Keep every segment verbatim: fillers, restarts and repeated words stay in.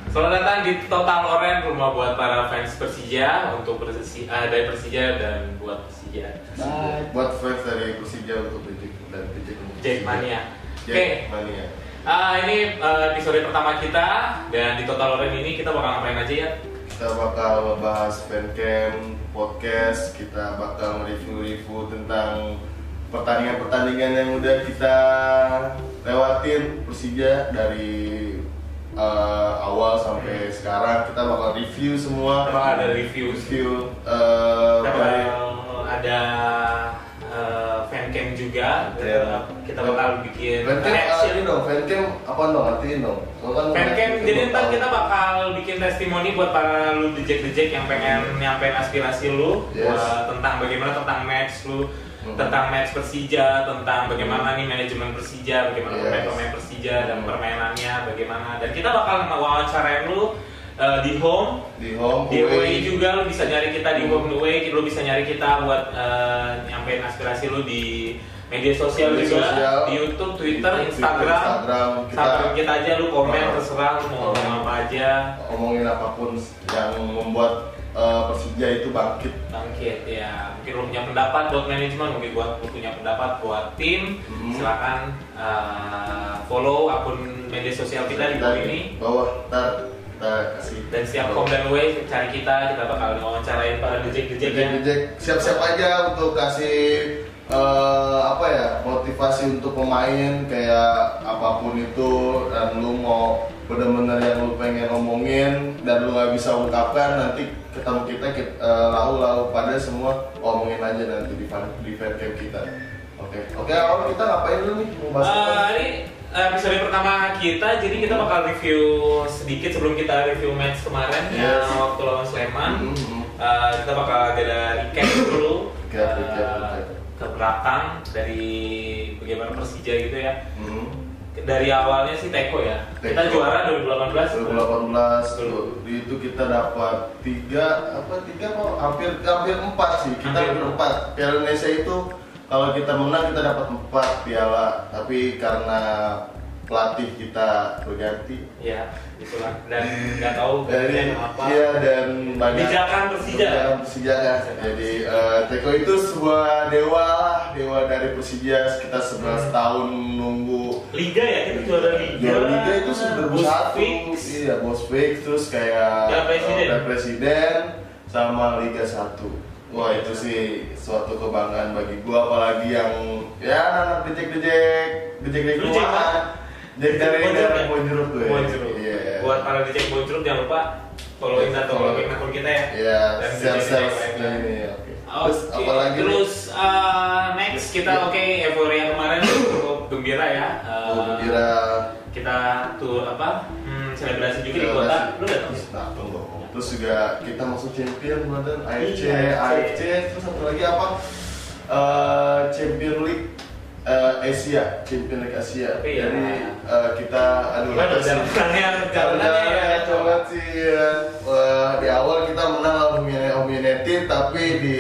Selamat datang di Total Oren, rumah buat para fans Persija untuk Persija, uh, dari Persija dan buat Persija. Bye. Buat fans dari Persija untuk Jack dan Jack Jack Mania. Oke. Okay. Mania. Uh, ini uh, episode pertama kita dan di Total Oren ini kita bakal ngapain aja ya? Kita bakal membahas fancam, podcast, kita bakal review-review tentang pertandingan-pertandingan yang udah kita lewatin Persija dari uh, awal sampai hmm. sekarang. Kita bakal review semua. Bakal ada review. Review. Uh, kita bakal ada uh, fancam juga. Yeah. Kita bakal bikin fancam. reaction. Ini dong, fancam apa dong? Artiin dong. Kan fancam. Jadi ntar kita bakal bikin testimoni buat para lu dejek-dejek yang pengen nyampein aspirasi lu yes. buat tentang bagaimana tentang match lu. Hmm. Tentang match Persija, tentang bagaimana nih manajemen Persija, bagaimana yes. pemain-pemain Persija hmm. dan permainannya bagaimana. Dan kita bakal wawancarain lu uh, di home, di home, di away juga lu bisa nyari kita di hmm. home away, lu bisa nyari kita buat uh, nyampein aspirasi lu di media sosial media juga, sosial, di YouTube, Twitter, YouTube, Instagram, Instagram kita, Instagram kita aja lu komen uh, terserah lu mau ngomong apa aja, ngomongin apapun yang membuat Uh, Persija itu bangkit. Bangkit ya. Mungkin lu punya pendapat buat manajemen, mungkin buat lu punya pendapat buat tim. Mm-hmm. Silakan uh, follow akun media sosial kita di bawah ini. Bawah tar kita kasih. Dan setiap kom dan way cari kita, kita bakal wawancarain para dejek-dejek ya. Dejek siap-siap aja untuk kasih uh, apa ya, motivasi untuk pemain kayak apapun itu, dan lu mau benar-benar yang lu pengen ngomongin dan lu nggak bisa ungkapkan, nanti ketemu kita, kita uh, lau-lau pada semua omongin aja nanti di fan di fancam kita. Oke, okay. oke, okay, awal kita ngapain dulu nih? Mau bahas apa? Uh, ini episode pertama kita, jadi kita bakal review sedikit sebelum kita review match kemarin yes. ya waktu lawan Sleman. Mm-hmm. Uh, kita bakal ada recap dulu recap, recap, uh, ke belakang dari bagaimana Persija gitu ya. Mm-hmm. Dari awalnya sih Teko ya. Teko. Kita juara dua ribu delapan belas. dua ribu delapan belas tuh. Di itu kita dapat tiga apa tiga apa hampir hampir empat sih. Kita hampir empat. Piala Indonesia itu kalau kita menang kita dapat empat piala. Tapi karena pelatih kita berganti. Iya, itulah. Dan nggak tahu dari apa. Iya, dan banyak kebijakan Persija. Kebijakan Persija kan. Jadi uh, Teko itu sebuah dewa lah, dewa dari Persija. Kita sebelas hmm. tahun nunggu Liga ya, kita juara Liga. Juara Liga itu sudah bersatu. Iya, bos fix terus kayak ya, presiden. Uh, presiden sama Liga satu. Wah, itu sih suatu kebanggaan bagi gua, apalagi yang ya anak dejek-dejek, dejek-dejek rumahan. Jadi dari dari Bonjeruk tuh ya. Iya. Buat para dejek Bonjeruk jangan lupa following atau following akun kita ya. Iya, share-share ini. Oke. Terus apalagi terus uh, next kita oke okay, euforia kemarin cukup gembira ya. Uh, gembira. Kita tuh apa? Hmm, selebrasi juga di kota. Lu datang? Datang dong. Terus juga kita masuk champion brother, A F C, A F C, terus satu lagi apa? Uh, Champion League Uh, Asia, Champion League Asia. Iya. Jadi uh, kita aduh jalannya jalannya ya coba sih ya. Uh, di awal kita menang lawan Home United, tapi di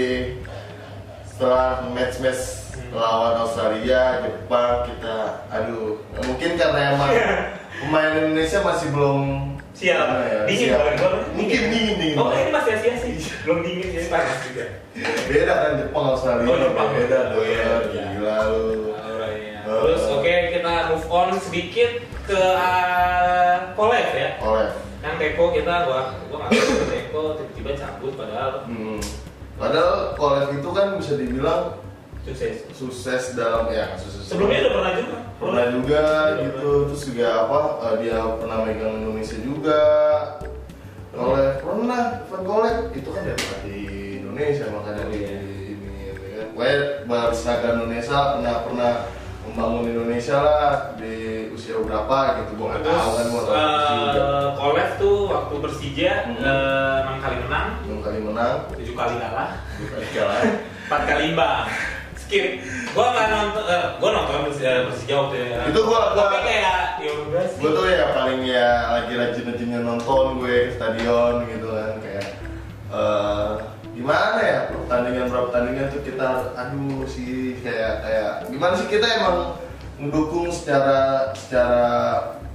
setelah match-match hmm. lawan Australia, Jepang kita aduh mungkin karena emang pemain Indonesia masih belum siap. Ya, dingin banget. Mungkin dingin dingin. Oh, ini masih Asia sih. Belum dingin ya, panas juga. Beda kan Jepang Australia. Oh, Jepang beda tuh. Oh, iya. Gila lu. Terus oke okay, kita move on sedikit ke uh, Kolev ya. Kolev. Kan Teko kita gua gua nggak tahu Teko tiba-tiba cabut padahal. Hmm. Padahal Kolev itu kan bisa dibilang sukses. Sukses dalam ya sukses. Sebelumnya udah pernah juga. Pernah juga pernah gitu. Pernah. Terus juga apa? Uh, dia pernah megang Indonesia juga. Kolev pernah, Van Kolev itu kan dari di Indonesia makanya di ini kan. Gue berseragam Indonesia pernah pernah membangun Indonesia lah di usia berapa gitu, gue nggak tahu kan gue uh, Kolev tuh waktu Persija enam hmm. kali menang, enam kali menang, tujuh kali kalah, tujuh kali kalah, empat kali imbang. Skip. Gue nggak nonton, uh, gue nonton Persija, Persija waktu itu. Itu gue, tapi kayak ya udah sih. Gue tuh ya paling ya lagi rajin-rajinnya nonton gue ke stadion gitu kan kayak. Uh, gimana ya pertandingan berapa pertandingan tuh kita aduh sih kayak kayak gimana sih kita emang mendukung secara secara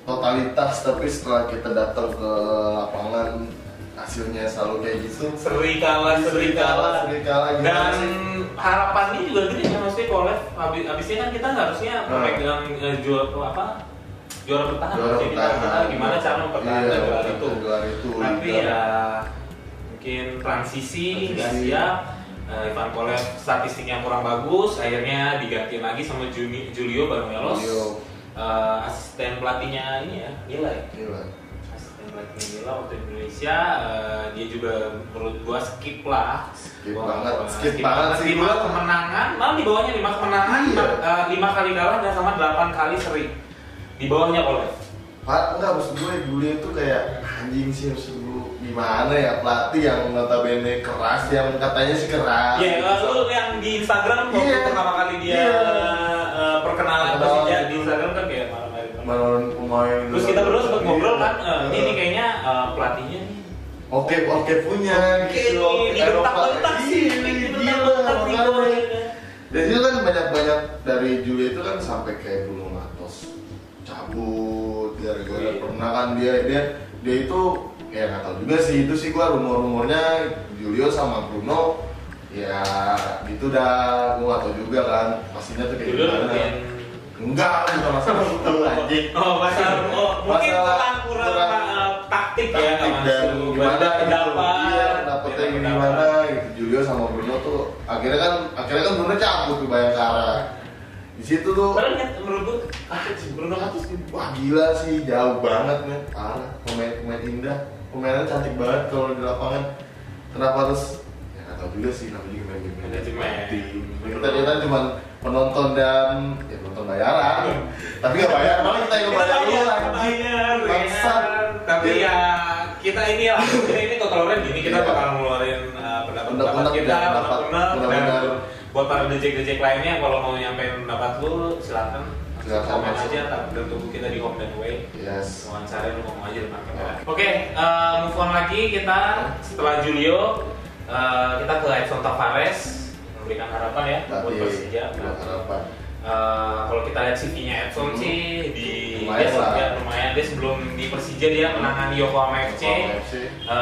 totalitas, tapi setelah kita datang ke lapangan hasilnya selalu kayak gitu. Seri kalah, seri kalah, seri kalah. Dan harapannya juga gini ya, maksudnya kalau abis abisnya kan kita harusnya memegang uh, juara apa? Juara bertahan. Juara Jadi bertahan. kita gimana cara mempertahankan Iya, juara itu. juara itu. Tapi juga. ya mungkin transisi nggak siap. Uh, Ivan Kolev statistiknya kurang bagus, akhirnya diganti lagi sama Juni, Julio Banuelos. Julio. Uh, asisten pelatihnya ini ya, Mila ya. Gila. Pelatih Mila waktu Indonesia, uh, dia juga menurut gua skip lah. Skip Wah, banget, wah, skip banget sih lima gua. kemenangan, malah di bawahnya lima kemenangan, Iya. uh, lima kali kalah dan sama delapan kali seri. Di bawahnya Kolev. Pak, enggak maksud gue dulu itu kayak anjing sih maksud gue gimana ya pelatih yang notabene keras yang katanya sih keras. Iya, yeah, lu yang di Instagram waktu Yeah. pertama kali dia Yeah. uh, perkenalan Perkenalan Persija gitu. di Instagram kan kayak malam-malam. Menurut pemain. Terus kita berdua sempat ngobrol kan, uh, Iya. ini nih kayaknya uh, pelatihnya nih. Oke, oke punya Oke, gitu. nih, dibentak-bentak sih, Iya, dibentak-bentak gila, sih, makanya. gue. Dan itu kan banyak-banyak dari Julia itu kan sampai kayak Bruno Matos cabut gara-gara Iya. pernah kan dia dia dia itu ya nggak tahu juga sih itu sih gua rumor-rumornya Julio sama Bruno ya gitu dah gua nggak tahu juga kan pastinya tuh kayak Julio gimana. bagian Enggak, bukan masalah itu anjing. oh masalah oh, mungkin Masalah kurang kurang kurang uh, taktik ya taktik nggak dan masuk. gimana Beda gitu. pendapat Iya, pendapatnya beda gimana gitu. Julio sama Bruno tuh akhirnya kan akhirnya kan Bruno cabut ke Bayangkara. Di situ tuh padahal kan menurut gue kaget sih Bruno Matos gitu. wah gila sih jauh banget nih parah pemain pemain indah pemainnya cantik banget kalau di lapangan kenapa harus ya nggak tahu juga sih namanya juga main game Manajemen. kita kita cuma penonton dan ya penonton bayaran tapi nggak bayar malah kita yang Kita bayar dulu bayar, anjing bayar, bangsat bayar. Tapi ya kita ini lah, kita ini kotoran gini kita Iya. bakal ngeluarin uh, pendapat-pendapat Pendapat kita, dan pendapat pendapat benar-benar. dan buat para dejek-dejek lainnya kalau mau nyampein pendapat lu silakan Silakan komen masuk. aja dan tunggu kita di Home dan Way. yes Wawancara lu ngomong aja depan kamera. Oke, uh, move on lagi kita setelah Julio uh, kita ke Edson Tavares memberikan harapan ya buat tapi Persija. buat harapan Uh, kalau kita lihat C V-nya Edson Hmm. sih di Lumayan dia lah. ya, lumayan dia sebelum di Persija dia menangani Yokohama F C, Yokohama F C.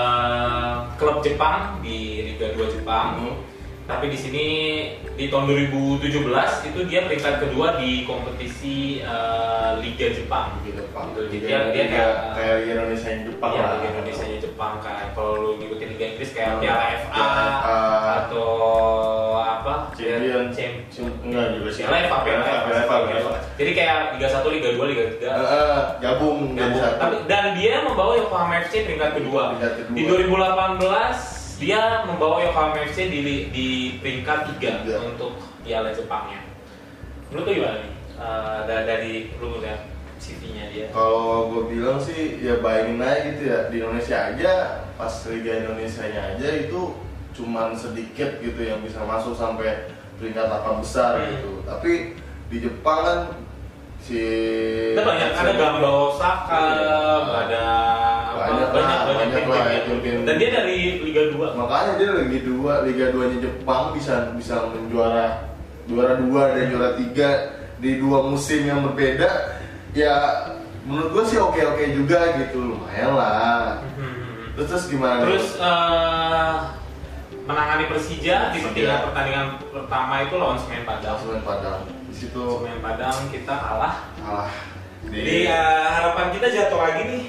uh, klub Jepang di Liga dua Jepang. Hmm. Tapi di sini di tahun dua ribu tujuh belas itu dia peringkat kedua di kompetisi uh, Liga Jepang. Liga Jepang. Gitu. Jadi Liga- dia dia Liga- kayak kayak Liga Indonesia yang Jepang ya, lah. Liga Indonesia Jepang kayak kalau lu ngikutin Liga Inggris kayak Hmm. Piala F A Piala F A. atau apa? Champion. Champion. Enggak juga sih. Piala F A, Piala F A, Piala F A, Piala F A. Jadi kayak Liga satu, Liga dua, Liga tiga. Eh, eh, gabung jadi Gabung. satu. Tapi dan dia membawa Yokohama F C peringkat kedua. Peringkat kedua. Di dua ribu delapan belas dia membawa Yokohama F C di di peringkat tiga Tiga. untuk Piala Jepangnya. Menurut lu gimana nih? Uh, da- dari lu lihat C V-nya dia. Kalau gue bilang sih ya bayangin aja gitu ya di Indonesia aja pas Liga Indonesia-nya aja itu cuman sedikit gitu yang bisa masuk sampai peringkat delapan besar Hmm. gitu. Tapi di Jepang kan si Kita banyak ada Gamba Osaka, Iya. ada apa, Banyak lah, banyak tim-tim lah, gitu. tim-tim. Dan dia dari Liga dua. makanya dia Liga dua, Liga dua-nya Jepang bisa bisa menjuara juara dua dan juara tiga di dua musim yang berbeda. Ya menurut gue sih oke-oke juga gitu, lumayan lah. Hmm. Terus terus gimana? Terus eh, menangani Persija di Persija. pertandingan pertandingan pertama itu lawan Semen Padang. Semen Padang. Di situ Semen Padang kita kalah. kalah. Jadi eh, harapan kita jatuh lagi nih.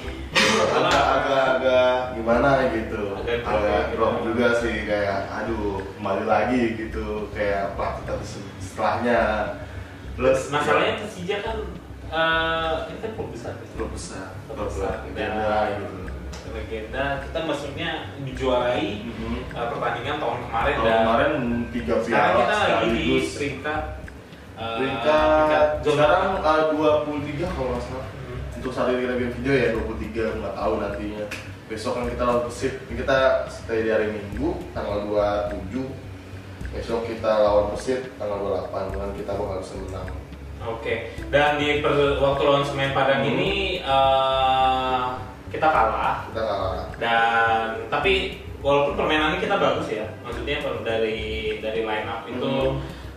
agak-agak gimana gitu. Agak drop Agak ya, drop gitu. juga sih kayak aduh kembali lagi gitu kayak pelatih tapi setelahnya. Terus Masalahnya Persija kan eh, ini kan klub besar. ya? klub besar, Klub klub besar. legenda gitu. Legenda. Kita maksudnya dijuarai Mhm. eh, pertandingan tahun kemarin Tahun dan kemarin tiga sekarang piala kita lagi di sekaligus. peringkat eh, Peringkat zona- sekarang uh, dua puluh tiga kalau nggak salah. Hmm. Untuk saat ini kita bikin video ya dua puluh tiga, nggak tahu nantinya. Besok kan kita lawan Persib, kita stay di hari Minggu tanggal dua puluh tujuh. Besok kita lawan Persib tanggal dua puluh delapan, dan kita bakal bisa menang. Oke, dan di per- waktu lawan Semen Padang Hmm. ini eh, kita kalah. Kita kalah. Dan tapi walaupun permainannya kita bagus ya, maksudnya per- dari dari line up itu Hmm.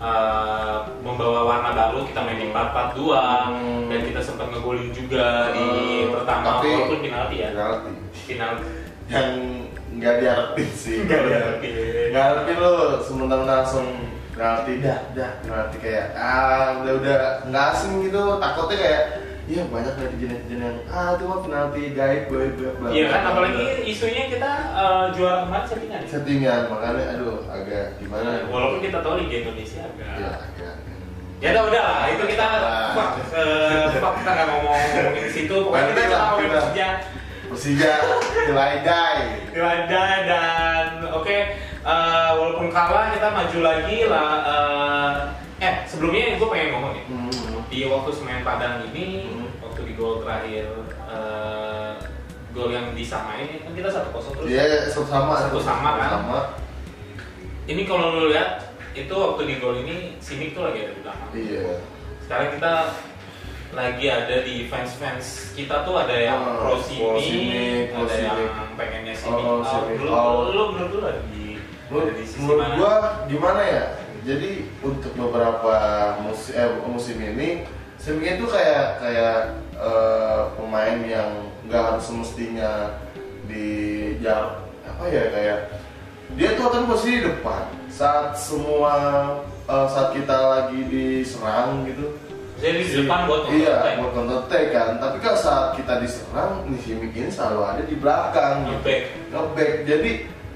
uh, membawa warna baru, kita main di empat empat dua hmm. dan kita sempat ngegolin juga uh, di pertama walaupun penalti ya. Penalti. Penalti. Yang nggak diharapin sih. Nggak diharapin. Nggak diharapin lo sementara langsung penalti dah, dah penalti kayak ah udah udah nggak asing gitu, takutnya kayak iya banyak netizen-netizen yang ah itu mah penalti gaib gaib gaib. Iya kan, apalagi isunya kita uh, juara kemarin settingan. Settingan, makanya aduh agak gimana. Walaupun kita tahu Liga Indonesia agak. Iya agak. Ya udah udah lah, itu kita fuck, uh, fuck kita nggak ngomong ngomongin situ. Pokoknya kita kita ngomongin Persija. Persija, Tilaidai. Tilaidai dan oke, okay, uh, walaupun kalah kita maju lagi lah. Uh, eh sebelumnya gue pengen ngomong nih. Hmm. Di waktu Semen Padang ini, hmm. waktu di gol terakhir, uh, gol yang disamain kan kita satu kosong terus. Iya, yeah, satu sama, satu sama kan. Sama. Ini kalau lu lihat itu waktu di gol ini Simic tuh lagi ada di belakang. Iya. Yeah. Sekarang kita lagi ada di fans-fans kita tuh ada yang oh, pro Simic, ada pro yang Simic. Pengennya Simic. Oh, oh, Simic. Lu, oh. lu menurut lu lagi menurut, di sisi menurut mana? Gua gimana ya? Jadi untuk beberapa musim, eh, musim ini Simic itu kayak kayak uh, pemain yang nggak harus semestinya di ya, apa ya kayak dia tuh akan posisi di depan saat semua uh, saat kita lagi diserang gitu. Jadi di depan buat counter iya, attack. Buat counter attack kan. Tapi kan saat kita diserang, nih Simic ini selalu ada di belakang. Ngeback. Ngeback. Jadi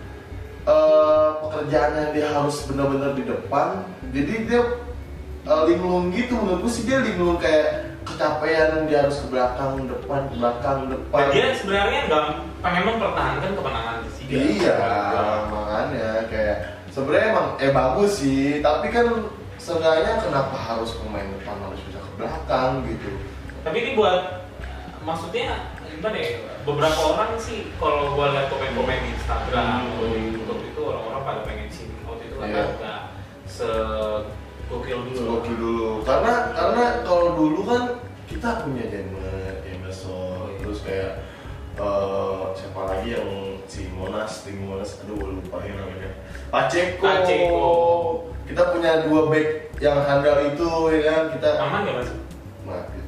Uh, pekerjaannya dia harus benar-benar di depan, jadi dia uh, linglung gitu. Menurutku sih dia linglung kayak kecapean, dia harus ke belakang, depan, belakang, depan. Dan dia sebenarnya nggak pengen mempertahankan kemenangan di sini. Iya, makanya kayak sebenarnya emang eh bagus sih, tapi kan seenggaknya kenapa harus pemain depan harus bisa ke belakang gitu. Tapi ini buat maksudnya gimana ya? Beberapa orang sih kalau gua lihat komen-komen di Instagram atau di YouTube itu orang-orang pada pengen Simic out itu karena yeah. nggak segokil dulu. Segokil dulu. Karena karena kalau dulu kan kita punya James, Emerson, terus kayak uh, siapa lagi yang si Monas, tim Monas, aduh gua lupa ya namanya. Pacheco. Pacheco. Kita punya dua back yang handal itu ya kan kita. Aman nggak mas? Mati.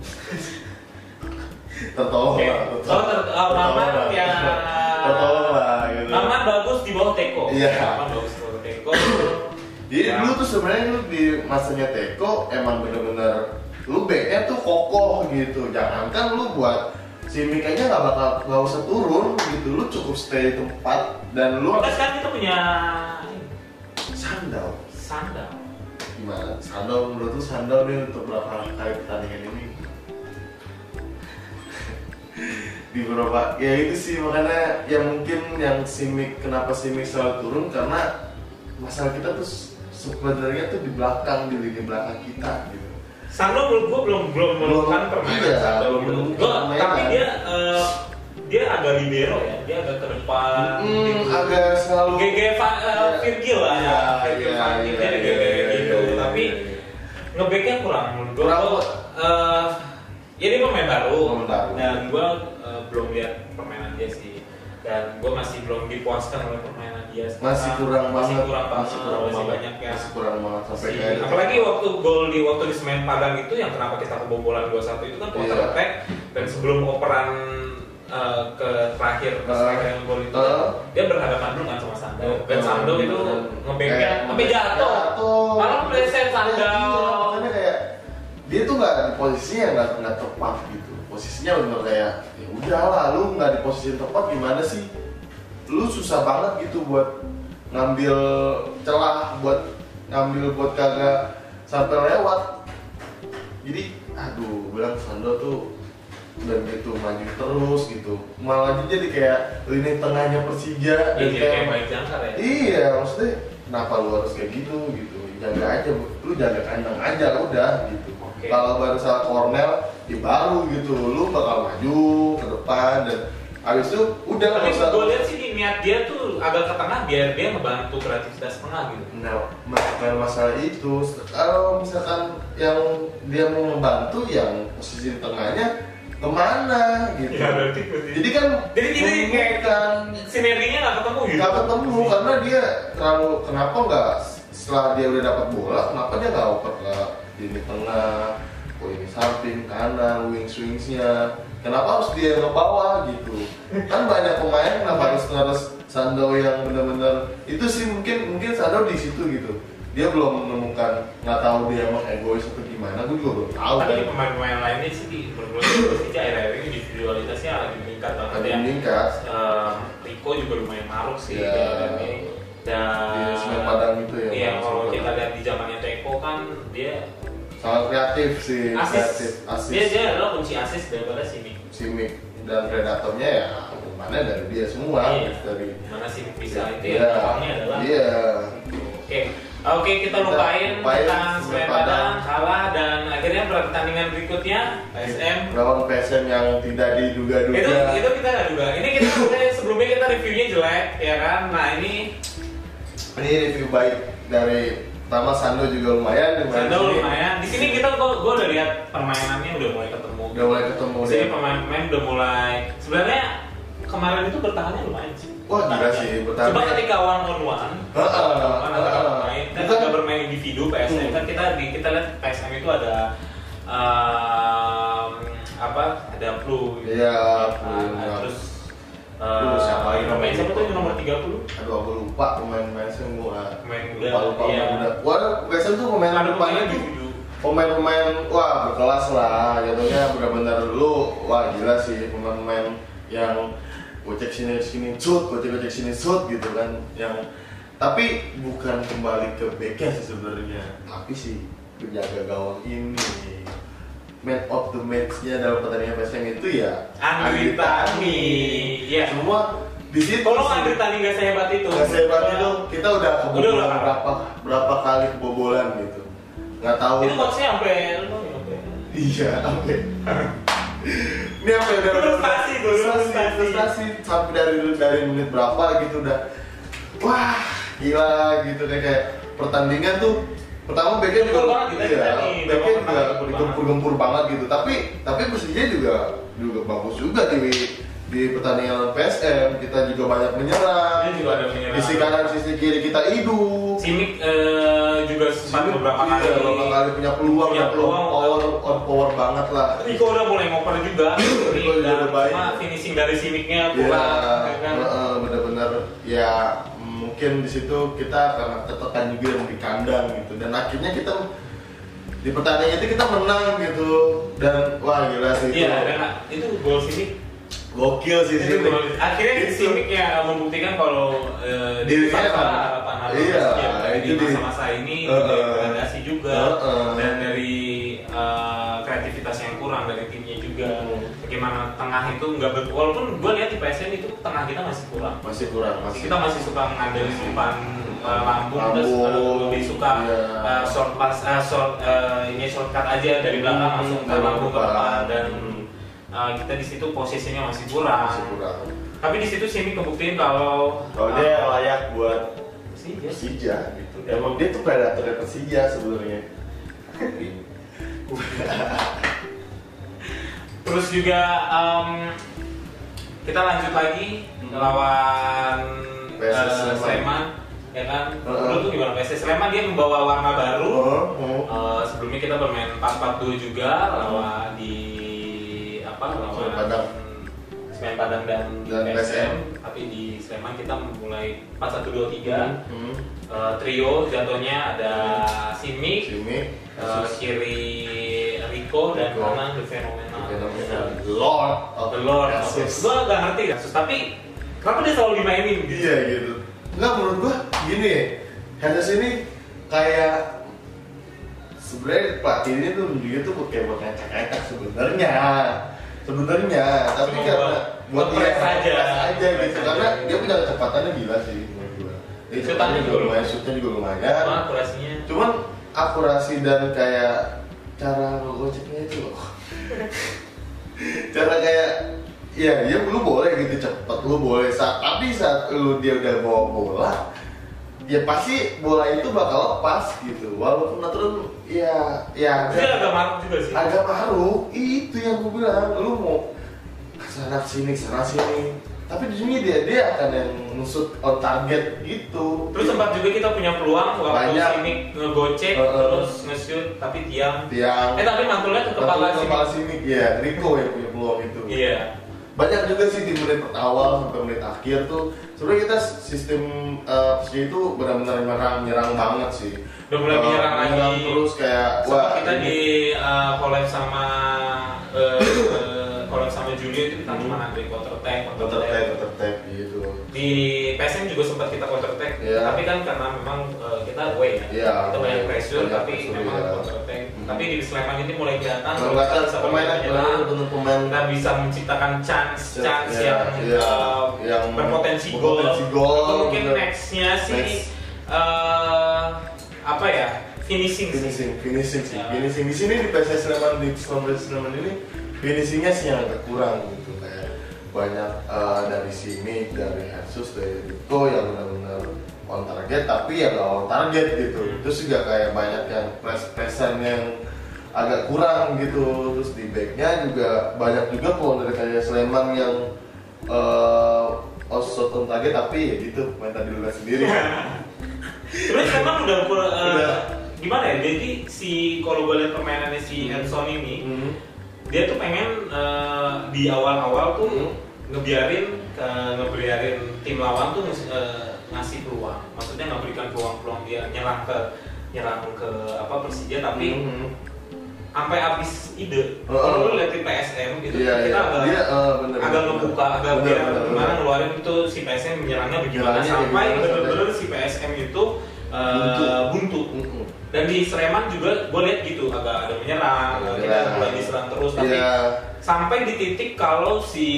Tertolong okay. lah. Oh, ter oh, Maman ya. Tertolong lah gitu. Maman bagus di bawah Teko. Iya. Maman bagus di bawah Teko. Jadi ya. Dulu tuh sebenarnya lu di masanya Teko emang bener-bener lu backnya tuh kokoh gitu. Jangankan lu buat Simic aja nggak bakal nggak usah turun gitu. Lu cukup stay di tempat dan lu. Kita sekarang kita punya sandal. Sandal. Gimana? Sandal menurut lu sandal nih untuk berapa kali pertandingan ini? Di beberapa ya itu sih makanya ya mungkin yang Simic kenapa Simic selalu turun karena masalah kita tuh sebenarnya tuh di belakang di lini belakang kita gitu. Sandro menurut gua belum belum menemukan permainan iya, Sandro belum gua, tapi dia uh, dia agak libero ya, dia agak ke depan hmm, gitu. Agak selalu G G uh, Virgil lah ya, Virgil Van Dijk dia G G gitu, tapi ngebacknya kurang menurut gua. Kurang, uh, ya dia pemain baru, baru. dan gua uh, belum lihat permainan dia sih, dan gua masih belum dipuaskan oleh permainan dia. Masih kurang masih banget, kurang banget, masih kurang masih banget, banyak ya. Masih kurang banget sampai Si, kayak apalagi waktu gol di waktu di Semen Padang itu yang kenapa kita kebobolan dua satu itu kan counter yeah. attack, dan sebelum operan uh, ke terakhir ke uh, striker yang gol itu uh, kan, dia berhadapan dulu kan sama Sando, dan uh, Sando itu uh, ngebacknya sampai jatuh, malah meleset Sando. Makanya kayak dia tuh nggak di posisinya nggak nggak tepat gitu. Posisinya bener kayak ya udah lah, lu nggak di posisi yang tepat gimana sih? Lu susah banget gitu buat ngambil celah, buat ngambil buat kagak sampai lewat. Jadi aduh bilang Sando tuh udah gitu maju terus gitu, malah jadi kayak lini tengahnya Persija. Iya, kayak, kayak baik jangkar ya. Iya, maksudnya kenapa lu harus kayak gitu gitu? Jaga aja, lu jaga kandang aja udah gitu. Okay. Kalau baru salah corner, ya baru gitu, lu bakal maju ke depan dan habis itu udah. Tapi gue lihat sih niat dia tuh agak ke tengah biar dia ngebantu kreativitas tengah gitu. Nah, bukan masalah itu. Kalau misalkan yang dia mau membantu yang posisi tengahnya kemana gitu. Ya, berarti, berarti. Jadi kan jadi ini kayak kan sinerginya nggak ketemu gitu. Nggak ketemu karena dia terlalu kenapa nggak setelah dia udah dapat bola, kenapa dia nggak oper ke lini tengah, ke lini samping, kanan, wings wingsnya? Kenapa harus dia yang ke bawah gitu? Kan banyak pemain kenapa harus harus Sando yang benar-benar itu sih mungkin mungkin Sando di situ gitu. Dia belum menemukan, nggak tahu dia emang egois atau gimana, gue juga belum tahu. Tapi kan. pemain-pemain lainnya sih menurut gue sih akhir-akhir ini individualitasnya lagi meningkat banget Lagi ya. meningkat. Uh, Rico juga lumayan maruk sih Ya. di akhir ini. Dan Di Semen Padang itu ya. iya, Semen kalau Padang. kita lihat di zamannya Teko kan dia Sangat kreatif sih, asis, kreatif, asis. dia dia adalah kunci asis daripada Simic. Simic dan predatornya ya mana dari dia semua, Iya. dari Mana Simic bisa itu Iya. ya awalnya adalah. Iya. Oke, oke kita lupain lupain tentang Semen Semen Padang. Padang kalah dan akhirnya pertandingan berikutnya P S M. Lawan P S M yang tidak diduga-duga. Itu itu kita nggak duga. Ini kita sebenarnya sebelumnya kita reviewnya jelek ya kan. Nah ini Ini review baik dari pertama Sando juga lumayan. di Sando sini. lumayan. Di sini kita gue gue udah lihat permainannya udah mulai ketemu. Udah mulai ketemu Di sini dia. pemain-pemain udah mulai. Sebenarnya kemarin itu bertahannya lumayan sih. Wah gila sih bertahan. Coba ketika one on one, Heeh, kan antara heeh. pemain, kan Bukan. ada bermain individu P S M Hmm. kan kita di kita lihat P S M itu ada um, apa? Ada Plu. gitu. Iya, Nah, Plu. nah, terus Plu, uh, siapa lagi pemain namanya? siapa tuh yang nomor tiga puluh? Aduh aku lupa pemain-pemain semua. Pemain muda. Lupa lupa Iya. pemain muda. Wah P S M tuh pemain Ada depannya pemain tuh individu. pemain-pemain wah berkelas lah jatuhnya benar-benar lu wah gila sih pemain-pemain yang gocek sini sini shoot gocek gocek sini shoot gitu kan yang tapi bukan kembali ke backnya sih sebenarnya tapi sih penjaga gawang ini man of the match-nya dalam pertandingan P S M itu ya Andri Tani. Iya. semua di situ Kalau sih. Andri Tani nggak sehebat itu. Nggak sehebat itu kita udah kebobolan Udah, udah. berapa berapa kali kebobolan gitu nggak tahu Itu coachnya sampai sampai iya sampai ini sampai udah Frustasi tuh, frustasi, frustasi. frustasi sampai dari dari menit berapa gitu udah wah gila gitu kayak, kayak pertandingan tuh pertama backnya Gempur juga banget gitu, iya tadi. backnya Gempur juga banget. digempur-gempur banget gitu tapi tapi Persija juga juga bagus juga di di pertandingan P S M kita juga banyak menyerang Dia juga ada menyerang. sisi kanan sisi kiri kita hidup Simic eh, juga sempat Simic, beberapa iya, kali beberapa kali punya peluang punya ya peluang peluang. power on power banget lah Rico udah mulai ngoper juga. Rico juga Dan udah baik. cuma finishing dari Simicnya ya kurang. ya kan? uh, bener-bener ya mungkin di situ kita karena ketekan juga di kandang gitu dan akhirnya kita di pertandingan itu kita menang gitu dan wah gila sih Iya, itu dan itu gol Simic. gokil sih Itu sih gol. Akhirnya Itu. Simic ya membuktikan kalau eh, Dirinya di masa kan. harapan Iya, di itu di- masa-masa ini Uh, uh. degradasi juga Uh, uh. dan dari eh, kreativitas yang kurang dari timnya juga. Hmm. Bagaimana tengah itu nggak ber walaupun gue lihat di P S M itu tengah kita masih kurang. masih kurang masih Kita masih suka ngandelin umpan uh, lambung, Lambung, terus uh, lebih suka iya. uh, short pass, uh, short uh, ini shortcut aja dari belakang Hmm, langsung ke dari lambung ke depan. depan dan uh, kita di situ posisinya masih kurang. masih kurang Tapi di situ Simi kebuktiin kalau kalau dia layak buat sih ya. Persija gitu emang dia tuh predatornya Persija sebenarnya Terus juga um, kita lanjut lagi lawan P S S uh, Sleman. Sleman, ya kan? Uh-uh. Dulu tuh gimana P S S Sleman dia membawa warna baru. Oh, oh. Uh, sebelumnya kita bermain empat empat dua juga lawan di apa lawan Semen Padang. Semen Padang dan, Dan P S M. P S M. Tapi di Sleman kita mulai empat satu dua tiga. Hmm. Uh, trio jatuhnya ada Simic, Sini uh, kiri Rico dan Rico. kanan The Phenomenal. fenomenal Lord of The Lord. Kasus. Gue gak ngerti kasus, tapi kenapa dia selalu dimainin gitu? Iya gitu. Enggak menurut gua gini, Henderson ini kayak sebenarnya pelatih ini tuh dia tuh kayak buat ngecek-ngecek sebenarnya. Sebenarnya, tapi Cuma karena buat- buat buat press dia aja. press aja Press gitu aja. karena dia punya kecepatannya gila sih menurut gua. Dia Shootnya kecepatannya juga juga lumayan, shootnya juga lumayan. Cuma akurasinya. Cuman akurasi dan kayak cara ngegoceknya itu loh. Cara kayak ya ya lu boleh gitu cepet lu boleh saat tapi saat lu dia udah bawa bola ya pasti bola itu bakal lepas gitu walaupun natural ya ya Dia agak maruk juga sih. agak maruk itu yang gue bilang lu mau sana sini sana sini tapi di sini dia dia akan yang nusut on target gitu. Terus sempat juga kita punya peluang waktu Banyak. Simic ngegocek Uh, uh. terus nge-shoot tapi tiang. Tiang. Eh tapi mantulnya ke kepala Mantul Simic. kepala Simic ya, Rico yang punya peluang itu. Iya. Banyak juga sih di menit awal sampai menit akhir tuh sebenarnya kita sistem uh, itu benar-benar menyerang nyerang banget sih. Udah mulai Uh, menyerang lagi. terus kayak Sama kita ini- di uh, collab sama uh, uh, collab sama Julio itu kita cuma ada counter attack, counter counter attack, attack. counter attack gitu. Di P S M juga sempat kita counter attack, Iya. tapi kan karena memang uh, kita away ya, Iya, kita banyak pressure, banyak tapi pressure, memang iya. counter attack. Hmm. Tapi di Sleman ini mulai kelihatan, Kalau kita kata bisa pemain menyerang, benar pemain kita bisa menciptakan chance, Chance, chance iya, yang, iya. uh, Yang berpotensi gol. berpotensi gol, Atau mungkin bener. nextnya sih Next. uh, apa ya, finishing, sih. finishing, finishing sih, Ya. finishing di sini di P S S Sleman di Sleman Sleman ini finishingnya sih yang agak kurang gitu kayak banyak uh, dari sini dari Jesus dari Rico yang benar-benar on target tapi ya nggak on target gitu. Terus juga kayak banyak yang press pressan yang agak kurang gitu. Terus di backnya juga banyak juga peluang dari kayak Sleman yang uh, shot on target tapi ya gitu main tadi lu lihat sendiri. Terus memang udah, uh, Udah. gimana ya? Jadi si kalau gue lihat permainannya si Edson ini, Hmm. dia tuh pengen uh, di awal-awal tuh Hmm. ngebiarin ke ngebiarin tim lawan tuh uh, ngasih peluang. Maksudnya nggak berikan peluang-peluang dia nyerang ke nyerang ke apa Persija tapi Hmm. sampai habis ide. Oh, Kalau oh. lu lihat di P S M itu Iya, kita iya. agak Dia, uh, bener, agak bener, ngebuka, bener. agak Bener, biar bener, gimana bener. ngeluarin itu si P S M menyerangnya bagaimana Menyerangnya sampai gimana, bener-bener sampai- si P S M itu uh, Buntu. buntu. Mm-mm. Dan di Sleman juga gue lihat gitu agak ada menyerang, Ada kita menyerang. mulai diserang terus tapi Iya. sampai di titik kalau si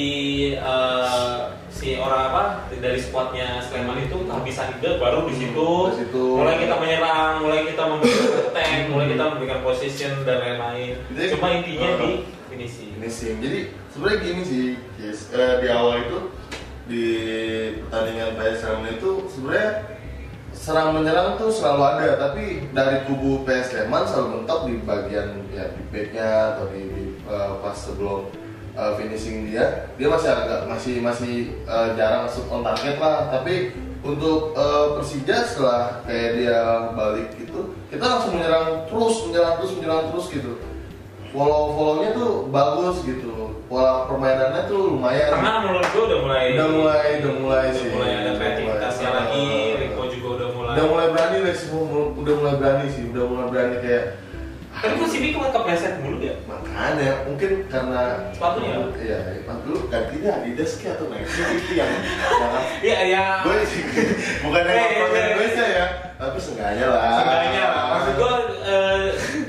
uh, si orang apa dari squadnya Sleman itu kehabisan ide baru di situ Di situ. mulai kita menyerang, mulai kita memberikan attack, mulai kita memberikan position dan lain-lain. Jadi, Cuma intinya uh, di finishing. finishing. Jadi sebenarnya gini sih, guys. Eh, di awal itu di pertandingan P S M itu sebenarnya serang menyerang tuh selalu ada, tapi dari kubu P S Sleman selalu mentok di bagian ya di backnya atau di, di uh, pas sebelum uh, finishing dia, dia masih agak masih masih uh, jarang masuk on target lah. Tapi untuk uh, Persija setelah kayak dia balik itu, kita langsung menyerang terus, menyerang terus, menyerang terus gitu. Follow follownya tuh bagus gitu, pola permainannya tuh lumayan. Karena menurut gue udah mulai Udah mulai, udah mulai udah sih. mulai ada kreativitasnya Udah mulai. lagi. Rico juga udah mulai. Udah mulai berani Lex, udah mulai berani sih, udah mulai berani kayak. Tapi kok sini kok kepleset mulu ya? Makanya mungkin karena Sepatunya? Iya, sepatu lu gantinya Adidas kayak atau Nike itu yang sangat. Iya ya. Gue sih bukan yang Eh, ngomongin eh, Indonesia ya, tapi seenggaknya lah. Seenggaknya lah. Maksud gue eh,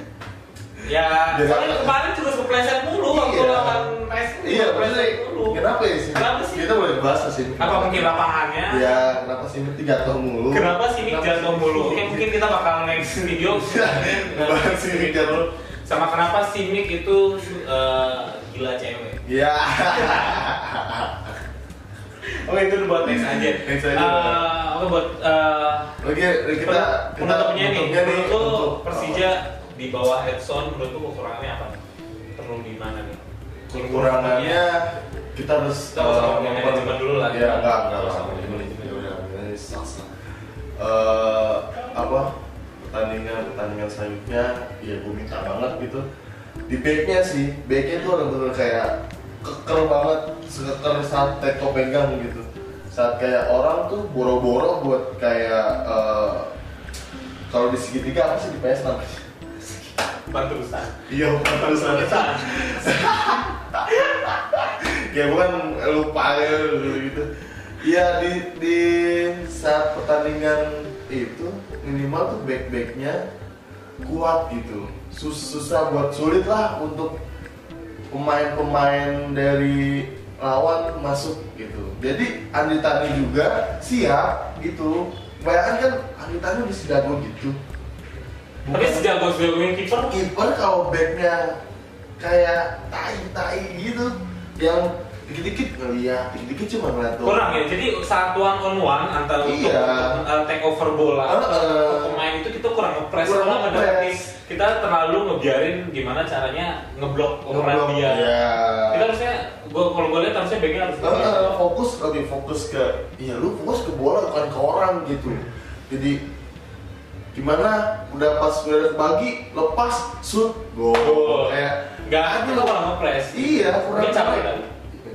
ya Jadi soalnya apa? kemarin juga kepleset mulu waktu Iya. lawan P S M. Iya, kepleset maksudnya mulu. kenapa ya sih? Kenapa sih? Kita boleh bahas sih. Apa mungkin lapangannya? Ya, kenapa sih ini jatuh mulu? Kenapa sih Nick Kenapa jatuh sih? mulu? Oke, mungkin kita bakal next video Bahas si Nick jatuh. sama kenapa si Nick itu eh, gila cewek. Iya. Oke, itu buat next aja. Next aja. Eh, Oke, buat eh, Oke, kita kita penutupnya nih. penutupnya nih Menurut lu untuk Persija di bawah Edson, menurut lu kekurangannya apa? Perlu di mana nih? kekurangannya kita harus Kita nggak usah eh, ngomongin memper- manajemen dulu lah. Ya, enggak, enggak Nggak usah usah ngomongin manajemen. manajemen. Ya udah, ini sah-sah. Eh, apa pertandingan pertandingan selanjutnya ya gue minta banget gitu di backnya sih, backnya tuh bener-bener kayak keker banget, sekeker saat Teko pegang gitu, saat kayak orang tuh boro-boro buat kayak eh, kalau di segitiga apa sih di P S namanya? Bantu Ustaz. Iya, terus ya bukan lupa ya gitu. Iya di di saat pertandingan itu minimal tuh back backnya kuat gitu. Sus susah buat sulit lah untuk pemain-pemain dari lawan masuk gitu. Jadi Andi Tani juga siap gitu. Bayangkan kan Andi Tani bisa jago gitu. Tapi sejago-jagonya kiper Kiper kalau backnya kayak tai-tai gitu, yang dikit-dikit ngeliat, dikit-dikit cuma ngeliat tuh. Kurang ya, jadi saat one on one antara Iya. untuk uh, take over bola Uh, uh, pemain itu kita kurang ngepres, kurang kita ngepres. ngedeketin, kita terlalu ngebiarin gimana caranya ngeblok operan Ngeblok, dia. iya. Kita harusnya, gua kalau gue lihat harusnya backnya harus Uh, uh, fokus lebih fokus ke, iya lu fokus ke bola bukan ke orang gitu. Jadi gimana udah pas udah kebagi lepas shoot gol Gol. kayak nggak ada, kita kurang ngepres. iya kurang Dia capek kan?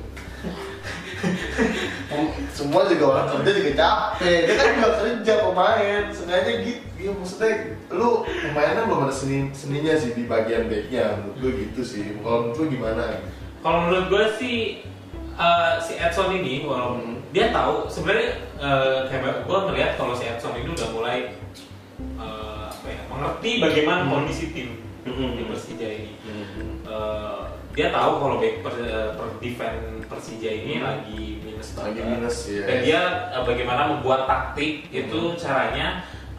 semua juga orang kerja juga capek, dia kan juga kerja pemain, sengaja gitu, ya maksudnya lu pemainnya belum ada seni seninya sih di bagian backnya, menurut gue gitu sih. Kalau menurut lu gimana? Kalau menurut gue sih uh, si Edson ini, walaupun Hmm. dia tahu sebenarnya uh, kayak gue ngelihat kalau si Edson ini udah mulai uh, apa ya, mengerti bagaimana Hmm. kondisi tim Hmm. di Persija ini. Hmm. Uh, dia tahu kalau back per, per defense Persija ini Hmm. lagi minus Lagi banget. minus ya. Dan dia uh, bagaimana membuat taktik itu Hmm. caranya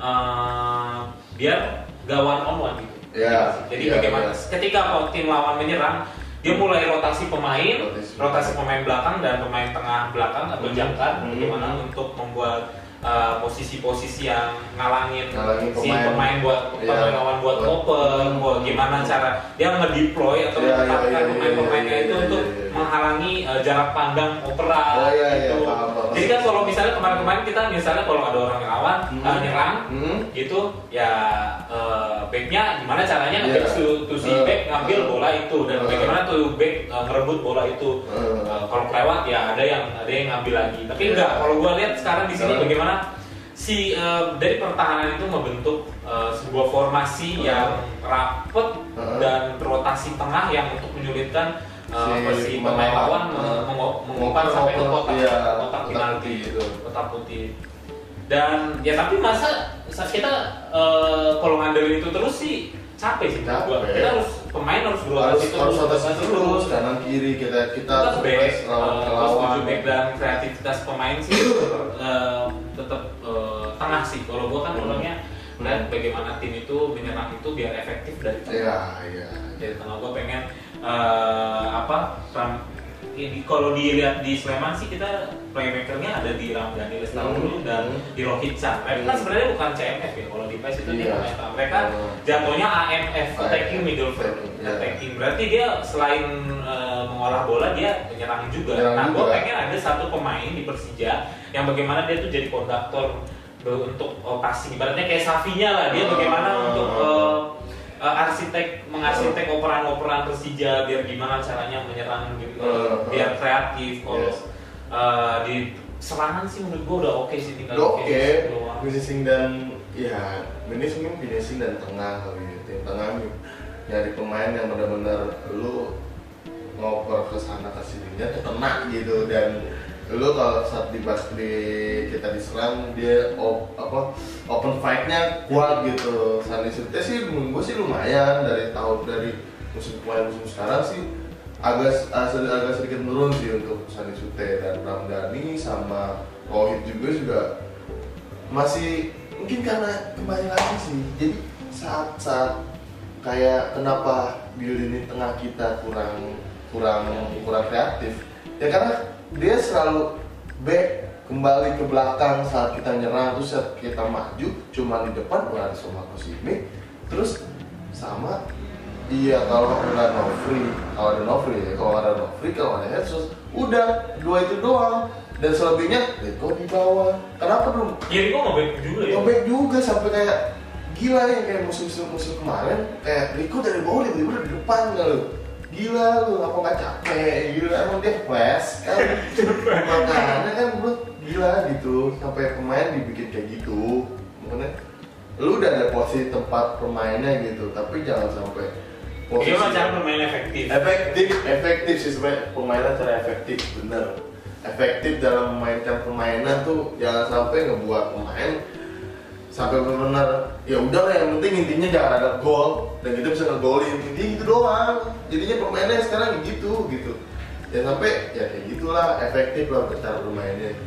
uh, biar gak one on one gitu. Ya, Jadi ya, bagaimana ya. ketika tim lawan menyerang, dia mulai rotasi pemain, Rotasi. rotasi pemain belakang dan pemain tengah belakang atau Hmm. jangkar, Hmm. bagaimana untuk membuat uh, posisi-posisi yang ngalangin, Ngalangin si pemain. pemain buat Iya. pemain lawan buat Buat- open, Hmm. buat gimana cara dia ngedeploy atau Iya, iya, menetapkan iya, iya, pemain-pemainnya iya, itu iya, untuk iya, iya. menghalangi uh, jarak pandang operan. Oh, iya, iya, gitu. paham, paham. Jadi kan kalau misalnya kemarin-kemarin kita misalnya kalau ada orang yang lawan Hmm. uh, nyerang Hmm. gitu ya uh, backnya gimana caranya Iya. nge-fix tuh, tuh si Uh, back ngambil uh, bola itu dan uh, bagaimana tuh back uh, ngerebut bola itu. Uh. Uh, kalau kelewat ya ada yang ada yang ngambil lagi. Tapi Iya. enggak, kalau gua lihat sekarang di sini Uh. bagaimana si uh, dari pertahanan itu membentuk uh, sebuah formasi Uh. yang rapet Uh. dan rotasi tengah yang untuk menyulitkan uh, Si si pemain pemain lawan uh, mengo- mengumpan ngoper- sampai ke ngoper, kotak iya, kotak kotak penalti putih itu kotak putih. Dan ya tapi masa sa- kita uh, kalau ngandelin itu terus sih capek sih menurut gua. Capek. Kita harus pemain harus harus berotasi terus, harus rotasi berotasi terus kanan kiri kita kita kita harus back, press lawan uh, lawan. setuju back dan kreativitas pemain sih uh, tetap uh, tengah sih. Kalau gua kan Hmm. orangnya lihat bagaimana tim itu menyerang itu biar efektif dari tengah. Iya iya. Dari tengah gua pengen uh, apa ram, ini kalau dilihat di Sleman sih kita playmakernya ada di Ramdhani Lestaulu Hmm. dan Hmm. di Rohit Chan. Mereka kan Hmm. sebenarnya bukan C M F ya, kalau di P E S itu dia Iya. pemain tengah. Mereka Hmm. jatuhnya A M F, attacking A M F, midfielder, iya. attacking. Berarti dia selain uh, mengolah bola dia menyerang juga. Menyerang nah, gue juga. pengen ada satu pemain di Persija yang bagaimana dia tuh jadi konduktor be- untuk operasi. Ibaratnya kayak Safinya lah, dia bagaimana Hmm. untuk uh, uh, arsitek mengarsitek operan-operan Persija biar gimana caranya menyerang gitu, Uh, biar kreatif. Kalau yes. uh, di serangan sih menurut gue udah oke sih, tinggal Udah oke, finish doang. finishing dan ya finishing finishing dan tengah kali ya. Tim tengah nih, nyari pemain yang benar-benar lu ngoper ke sana ke sininya tuh kena gitu, dan lu kalau saat di bas di kita diserang dia op, apa open fight-nya kuat gitu. Sani Sute sih menurut gue sih lumayan dari tahun dari musim kemarin musim sekarang sih agak agak, agak sedikit menurun sih untuk Sani Sute, dan Ramdhani sama Rohit juga juga masih mungkin karena kembali lagi sih. Jadi saat saat kayak kenapa di lini tengah kita kurang kurang kurang kreatif ya karena dia selalu back kembali ke belakang saat kita nyerang, terus saat kita maju cuma di depan udah ada sama Kosimi, terus sama iya kalau ada Nofri, kalau ada Nofri ya, kalau ada Nofri, kalau ada Jesus, udah dua itu doang, dan selebihnya Rico di bawah. Kenapa dong? Ya Rico nge-back juga ya. Nge-back juga sampai kayak gila ya, kayak musim-musim musim kemarin kayak Rico dari bawah dia tiba-tiba di depan nggak lu? Gila lu, apa nggak capek? Gila emang dia flash kan? Makanya kan bro gila gitu, sampai pemain dibikin kayak gitu. Makanya lu udah ada posisi tempat permainnya gitu, tapi jangan sampai posisi Gimana cara bermain efektif? efektif, efektif sih sebenarnya permainan cara efektif, bener. Efektif dalam memainkan permainan tuh jangan sampai ngebuat pemain sampai benar-benar ya udah lah, yang penting intinya jangan ada gol dan kita bisa ngegolin, intinya gitu doang. Jadinya permainannya sekarang gitu gitu. Ya sampai ya kayak gitulah efektif lah cara bermainnya gitu.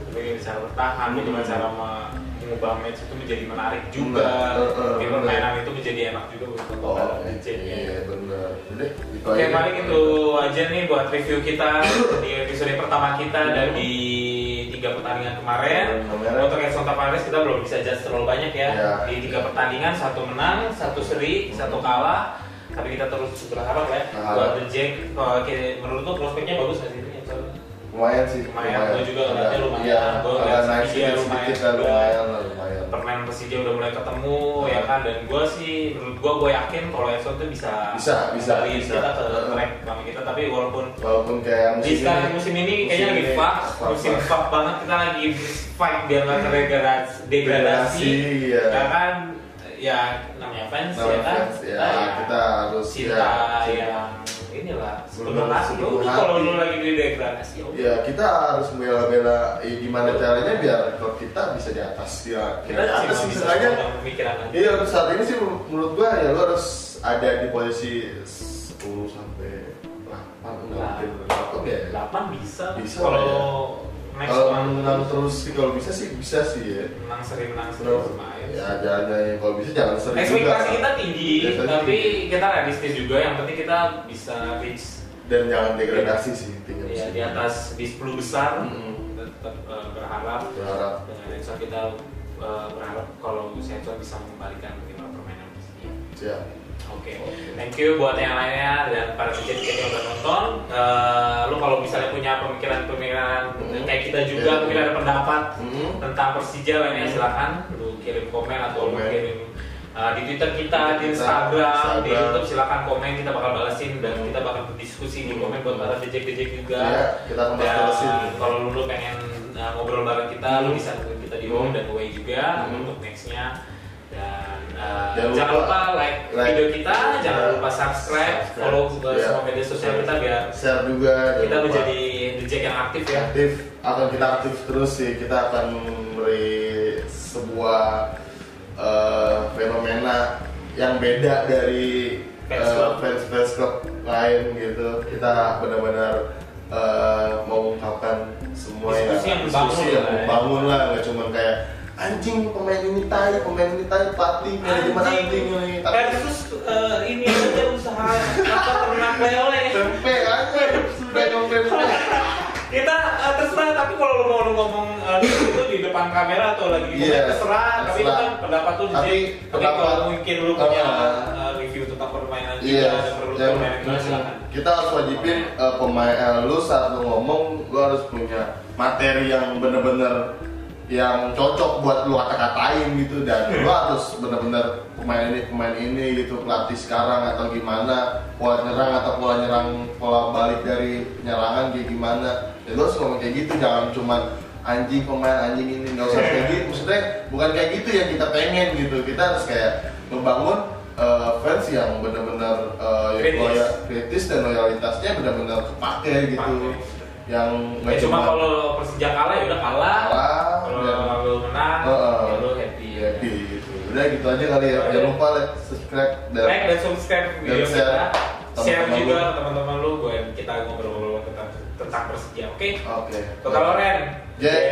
bagaimana cara bertahan, Hmm. bagaimana cara mengubah match itu menjadi menarik juga, Bener, uh, uh, bikin permainan itu menjadi enak juga buat Oh, tontonan D J. iya benar. Udah, gitu Oke, aja. paling itu aja nih buat review kita di episode pertama kita dari tiga pertandingan kemarin. Kemarin. Untuk Edson Tavares kita belum bisa judge terlalu banyak ya. Ya. Di tiga pertandingan, satu menang, satu seri, satu kalah. Tapi kita terus berharap ya Berharap. buat The Jack. Kalau kayak- menurut lu prospeknya bagus nggak sih ini? Edson? Lumayan sih. Lumayan, gua juga ngeliatnya lumayan. Iya, Gua agak ngeliat naik Persija sedikit lumayan sedikit lah, juga. lumayan lah, lumayan. Permainan Persija udah mulai ketemu Hmm. ya kan, dan gue sih menurut gue gue yakin kalau Edson tuh bisa Bisa, bisa, kembali bisa. kita ke Hmm. track sama kita, tapi walaupun Walaupun kayak di sekarang musim ini kayaknya lagi ini fuck, fuck, musim fuck. fuck banget, kita lagi fight biar nggak terdegradasi, degradasi, Degradasi, iya. ya kan, ya namanya fans Nama ya kan, fans, ya, kita harus cinta ya, yang inilah Bener, sepenuh hati. Ya sepenuh udah, kalau hati. lu lagi di degradasi ya udah. Ya kita harus bela-bela ya, gimana caranya biar klub kita bisa di atas ya. Kita di atas cuma bisa bisa aja. semudah pemikiran aja. Iya untuk saat ini sih menur- menurut gua ya lu harus ada di posisi sepuluh sampai delapan enggak Nah, mungkin delapan ya. delapan bisa. Bisa Kalau lah ya. next Kalau one menang terus sih kalau bisa sih bisa sih ya. menang seri menang seri Terus lumayan. ya jangan yang kalau bisa jangan sering juga. Ekspektasi kita tinggi, Ekspektasi tapi tinggi. kita realistis juga. Yang penting kita bisa reach Dan jangan degradasi sih intinya. ya, sih. di atas di sepuluh besar. Mm-mm. Kita tetap uh, berharap Berharap. dengan Edson kita uh, berharap kalau Edson bisa mengembalikan bagaimana permainan Persija. Siap. Oke, thank you buat yang lainnya dan para tiket yang udah nonton. Uh, lu kalau misalnya punya pemikiran-pemikiran Hmm. kayak kita juga, Yeah. mungkin ada pendapat Hmm. tentang Persija lainnya, silakan lu kirim komen atau lu Komen. kirim uh, di Twitter kita, di Kita, Instagram, di Instagram. YouTube, silakan komen, kita bakal balasin dan Hmm. kita bakal berdiskusi di komen buat para dejek-dejek juga. Iya, kita akan Dan balasin. kalau lu pengen uh, ngobrol bareng kita, lu bisa nungguin kita di home Hmm. dan away juga Hmm. untuk nextnya. Dan uh, Jangan jangan, lupa lupa like, like, video kita, jangan ya, lupa subscribe, subscribe, follow uh, ya. semua media sosial kita biar Share juga. kita jangan lupa. menjadi dejek yang aktif ya. Aktif, akan kita aktif terus sih. Kita akan memberi sebuah eh, fenomena yang beda dari Fans eh, club. fans fans club lain gitu. Kita benar-benar eh, mengungkapkan semua Diskusi yang membangun diskusi yang lah, ya. membangun lah, nggak cuma kayak anjing pemain ini tai, pemain ini tai, pelatih manajemen anjing ini. Tapi versus uh, ini aja usaha apa ternak lele. tempe aja sudah ngomong Kita uh, terserah, tapi kalau lu mau lu ngomong uh, itu di depan kamera atau lagi di Iya, terserah, tapi itu terserah. kan pendapat tuh Tapi jadi tapi pendapat- kalau mungkin lu punya Uh, uh, review tentang permainan Iya, juga ada perlu yang- permainan juga silakan. kita harus wajibin eh, pemain eh, lu saat lu ngomong lu harus punya materi yang bener-bener yang cocok buat lu kata-katain gitu dan lu harus bener-bener pemain ini pemain ini gitu pelatih sekarang atau gimana pola nyerang atau pola nyerang pola balik dari penyerangan kayak gimana ya lu harus ngomong kayak gitu jangan cuman anjing pemain anjing ini nggak usah kayak gitu maksudnya bukan kayak gitu yang kita pengen gitu kita harus kayak membangun eh, fans yang benar-benar eh, Kritis. loyal, kritis dan loyalitasnya benar-benar kepake gitu Kepake. yang Ya, cuma kalau Persija kalah ya udah kalah. kalah Kalau dan lu menang Heeh. ya lu happy. happy gitu udah gitu aja kali ya jangan lupa like subscribe dan Like dan subscribe video share kita. Share teman-teman juga lu. ke teman-teman lu buat kita ngobrol-ngobrol tentang tentang Persija. Oke? oke Total Loren. Jack